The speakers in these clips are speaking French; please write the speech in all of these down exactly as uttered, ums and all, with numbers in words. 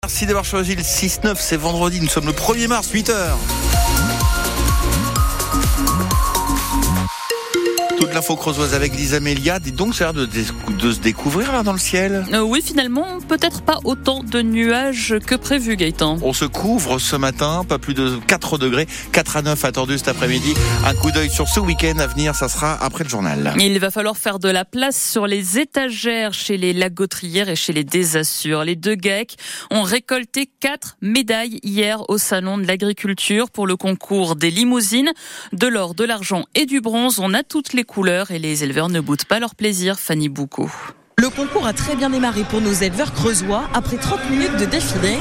Merci d'avoir choisi le six neuf, c'est vendredi, nous sommes le premier mars, huit heures. Toute l'info creusoise avec Lisa Mélia. Dis donc, ça a l'air de, de se découvrir là dans le ciel. Euh, oui, finalement, peut-être pas autant de nuages que prévu, Gaëtan. On se couvre ce matin, pas plus de quatre degrés, quatre à neuf attendus cet après-midi. Un coup d'œil sur ce week-end à venir, ça sera après le journal. Il va falloir faire de la place sur les étagères chez les Lagautrières et chez les Désassures. Les deux GAEC ont récolté quatre médailles hier au Salon de l'Agriculture pour le concours des limousines. De l'or, de l'argent et du bronze, on a toutes les couleurs et les éleveurs ne boudent pas leur plaisir. Fanny Boucaud. Le concours a très bien démarré pour nos éleveurs creusois après trente minutes de défilé.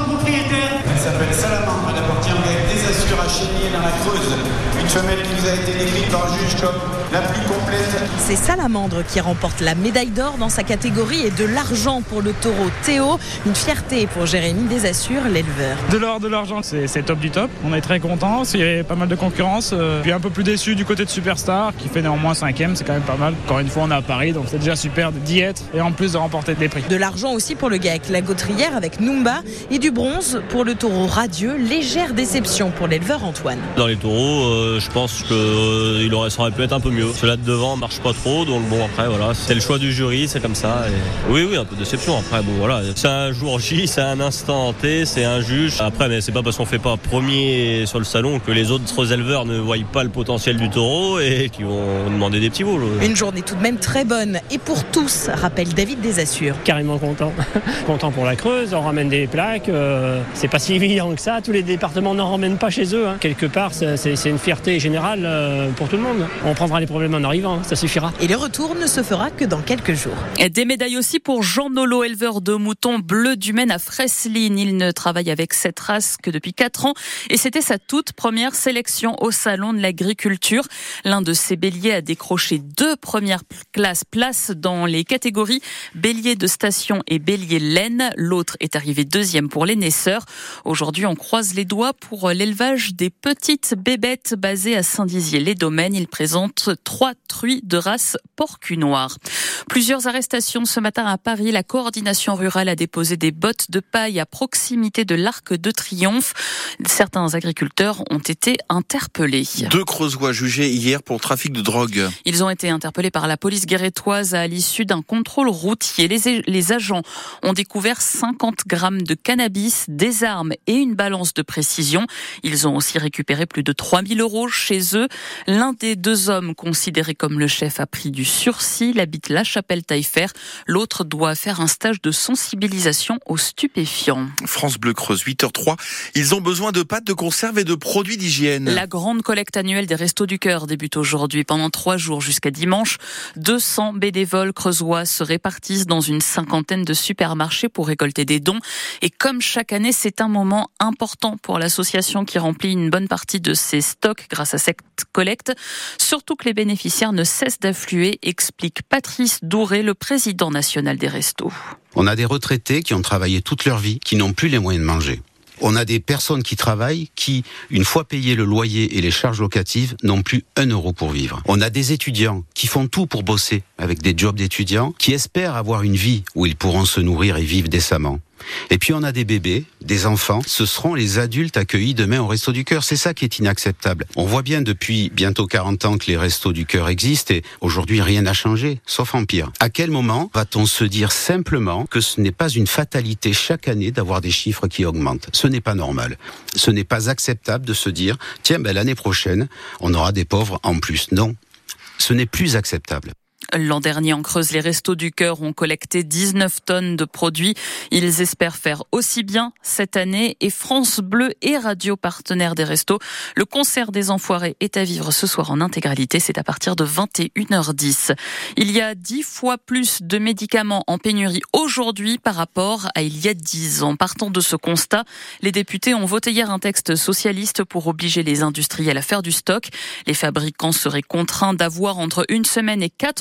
Elle s'appelle Salamandre, elle appartient au GAEC Désassures à Chénier dans la Creuse. Une femelle qui nous a été décrite par le juge comme la plus complète. C'est Salamandre qui remporte la médaille d'or dans sa catégorie et de l'argent pour le taureau Théo. Une fierté pour Jérémy Désassures, l'éleveur. De l'or, de l'argent, c'est, c'est top du top. On est très contents, il y avait pas mal de concurrence. Euh, puis un peu plus déçu du côté de Superstar qui fait néanmoins cinquième, c'est quand même pas mal. Encore une fois, on est à Paris, donc c'est déjà super d'y être et en plus de remporter des prix. De l'argent aussi pour le GAEC Lagautrière avec Numba et du bronze pour le taureau Radieux. Légère déception pour l'éleveur Antoine. Dans les taureaux, euh, je pense qu'il euh, aurait, ça aurait pu être un peu mieux. Ceux-là de devant marche pas trop, donc bon après voilà, c'est le choix du jury, c'est comme ça. Et... Oui oui, un peu de déception après. Bon voilà, c'est un jour J, c'est un instant T, c'est un juge. Après, mais c'est pas parce qu'on fait pas premier sur le salon que les autres éleveurs ne voient pas le potentiel du taureau et qui vont demander des petits vols. Une journée tout de même très bonne et pour tous, rappelle David Désassures. Carrément content, content pour la Creuse. On ramène des plaques, euh, c'est pas si évident que ça. Tous les départements n'en ramènent pas chez eux. Hein. Quelque part, c'est, c'est une fierté générale euh, pour tout le monde. On prendra les problèmes en arrivant, ça suffira. Et le retour ne se fera que dans quelques jours. Et des médailles aussi pour Jean Nolot, éleveur de moutons bleu du Maine à Fresline. Il ne travaille avec cette race que depuis quatre ans et c'était sa toute première sélection au Salon de l'Agriculture. L'un de ses béliers a décroché deux premières classes places dans les catégories bélier de station et bélier laine. L'autre est arrivé deuxième pour les naisseurs. Aujourd'hui, on croise les doigts pour l'élevage des petites bébêtes basées à Saint-Dizier-les-Domaines. Il présente trois truies de race porcu noir. Plusieurs arrestations ce matin à Paris. La coordination rurale a déposé des bottes de paille à proximité de l'Arc de Triomphe. Certains agriculteurs ont été interpellés. Deux Creusois jugés hier pour trafic de drogue. Ils ont été interpellés par la police guérétoise à l'issue d'un contrôle routier. Les, les agents ont découvert cinquante grammes de cannabis, des armes et une balance de précision. Ils ont aussi récupéré plus de trois mille euros chez eux. L'un des deux hommes considéré comme le chef a pris du sursis. Il habite La Chapelle-Taillefer. L'autre doit faire un stage de sensibilisation aux stupéfiants. France Bleu Creuse, huit heures zéro trois. Ils ont besoin de pâtes de conserve et de produits d'hygiène. La grande collecte annuelle des Restos du Cœur débute aujourd'hui. Pendant trois jours jusqu'à dimanche, deux cents bénévoles creusois se répartissent dans une cinquantaine de supermarchés pour récolter des dons. Et comme chaque année, c'est un moment important pour l'association qui remplit une bonne partie de ses stocks grâce à cette collecte. Surtout que les bénéficiaires ne cessent d'affluer, explique Patrice Douré, le président national des Restos. On a des retraités qui ont travaillé toute leur vie, qui n'ont plus les moyens de manger. On a des personnes qui travaillent, qui, une fois payé le loyer et les charges locatives, n'ont plus un euro pour vivre. On a des étudiants qui font tout pour bosser avec des jobs d'étudiants, qui espèrent avoir une vie où ils pourront se nourrir et vivre décemment. Et puis on a des bébés, des enfants, ce seront les adultes accueillis demain au Resto du Cœur. C'est ça qui est inacceptable. On voit bien depuis bientôt quarante ans que les Restos du Cœur existent et aujourd'hui rien n'a changé, sauf en pire. À quel moment va-t-on se dire simplement que ce n'est pas une fatalité chaque année d'avoir des chiffres qui augmentent ? Ce n'est pas normal. Ce n'est pas acceptable de se dire, tiens, ben, l'année prochaine, on aura des pauvres en plus. Non, ce n'est plus acceptable. L'an dernier, en Creuse, les Restos du Cœur ont collecté dix-neuf tonnes de produits. Ils espèrent faire aussi bien cette année. Et France Bleu et Radio Partenaire des Restos. Le concert des Enfoirés est à vivre ce soir en intégralité. C'est à partir de vingt et une heures dix. Il y a dix fois plus de médicaments en pénurie aujourd'hui par rapport à il y a dix ans. Partant de ce constat, les députés ont voté hier un texte socialiste pour obliger les industriels à faire du stock. Les fabricants seraient contraints d'avoir entre une semaine et quatre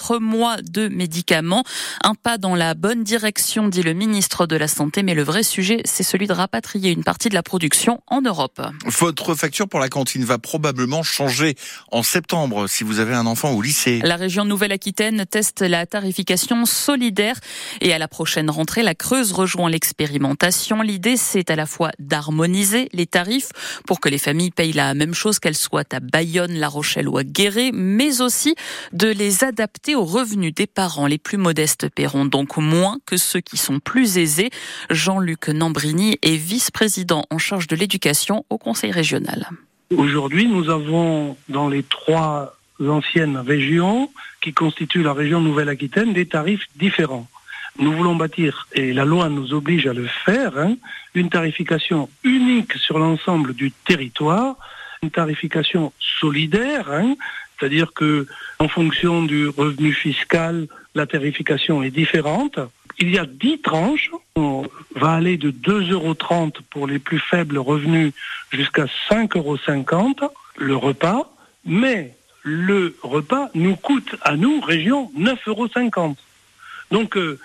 quatre mois de médicaments. Un pas dans la bonne direction, dit le ministre de la Santé, mais le vrai sujet, c'est celui de rapatrier une partie de la production en Europe. Votre facture pour la cantine va probablement changer en septembre si vous avez un enfant au lycée. La région Nouvelle-Aquitaine teste la tarification solidaire et à la prochaine rentrée, la Creuse rejoint l'expérimentation. L'idée, c'est à la fois d'harmoniser les tarifs pour que les familles payent la même chose qu'elles soient à Bayonne, La Rochelle ou à Guéret, mais aussi de les adapter aux revenus des parents. Les plus modestes paieront donc moins que ceux qui sont plus aisés. Jean-Luc Nambrini est vice-président en charge de l'éducation au Conseil régional. Aujourd'hui, nous avons dans les trois anciennes régions qui constituent la région Nouvelle-Aquitaine des tarifs différents. Nous voulons bâtir, et la loi nous oblige à le faire, hein, une tarification unique sur l'ensemble du territoire, une tarification solidaire, hein, c'est-à-dire que en fonction du revenu fiscal, la tarification est différente. Il y a dix tranches. On va aller de deux euros trente pour les plus faibles revenus jusqu'à cinq euros cinquante le repas, mais le repas nous coûte à nous, région, neuf euros cinquante. Donc, euh,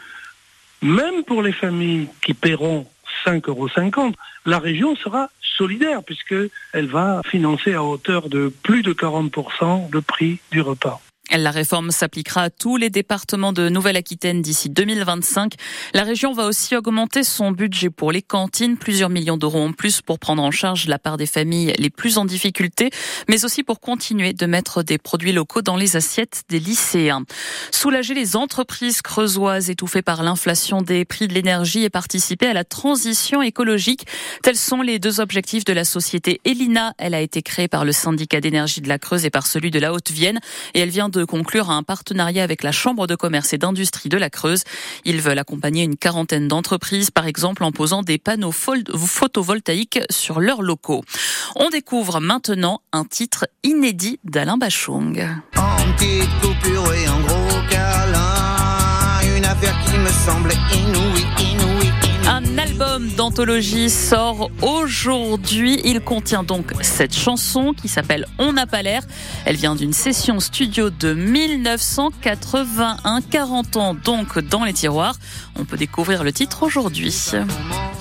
même pour les familles qui paieront cinq euros cinquante, la région sera solidaire puisqu'elle va financer à hauteur de plus de quarante pour cent le prix du repas. La réforme s'appliquera à tous les départements de Nouvelle-Aquitaine d'ici deux mille vingt-cinq. La région va aussi augmenter son budget pour les cantines, plusieurs millions d'euros en plus pour prendre en charge la part des familles les plus en difficulté, mais aussi pour continuer de mettre des produits locaux dans les assiettes des lycéens. Soulager les entreprises creusoises étouffées par l'inflation des prix de l'énergie et participer à la transition écologique. Tels sont les deux objectifs de la société Elina. Elle a été créée par le syndicat d'énergie de la Creuse et par celui de la Haute-Vienne et elle vient de conclure un partenariat avec la Chambre de commerce et d'industrie de la Creuse. Ils veulent accompagner une quarantaine d'entreprises, par exemple en posant des panneaux photovoltaïques sur leurs locaux. On découvre maintenant un titre inédit d'Alain Bachung. En petite coupure et en gros câlin, une affaire qui me semblait inouïe, inouïe. Un album d'anthologie sort aujourd'hui. Il contient donc cette chanson qui s'appelle On n'a pas l'air. Elle vient d'une session studio de mille neuf cent quatre-vingt-un, quarante ans donc dans les tiroirs. On peut découvrir le titre aujourd'hui.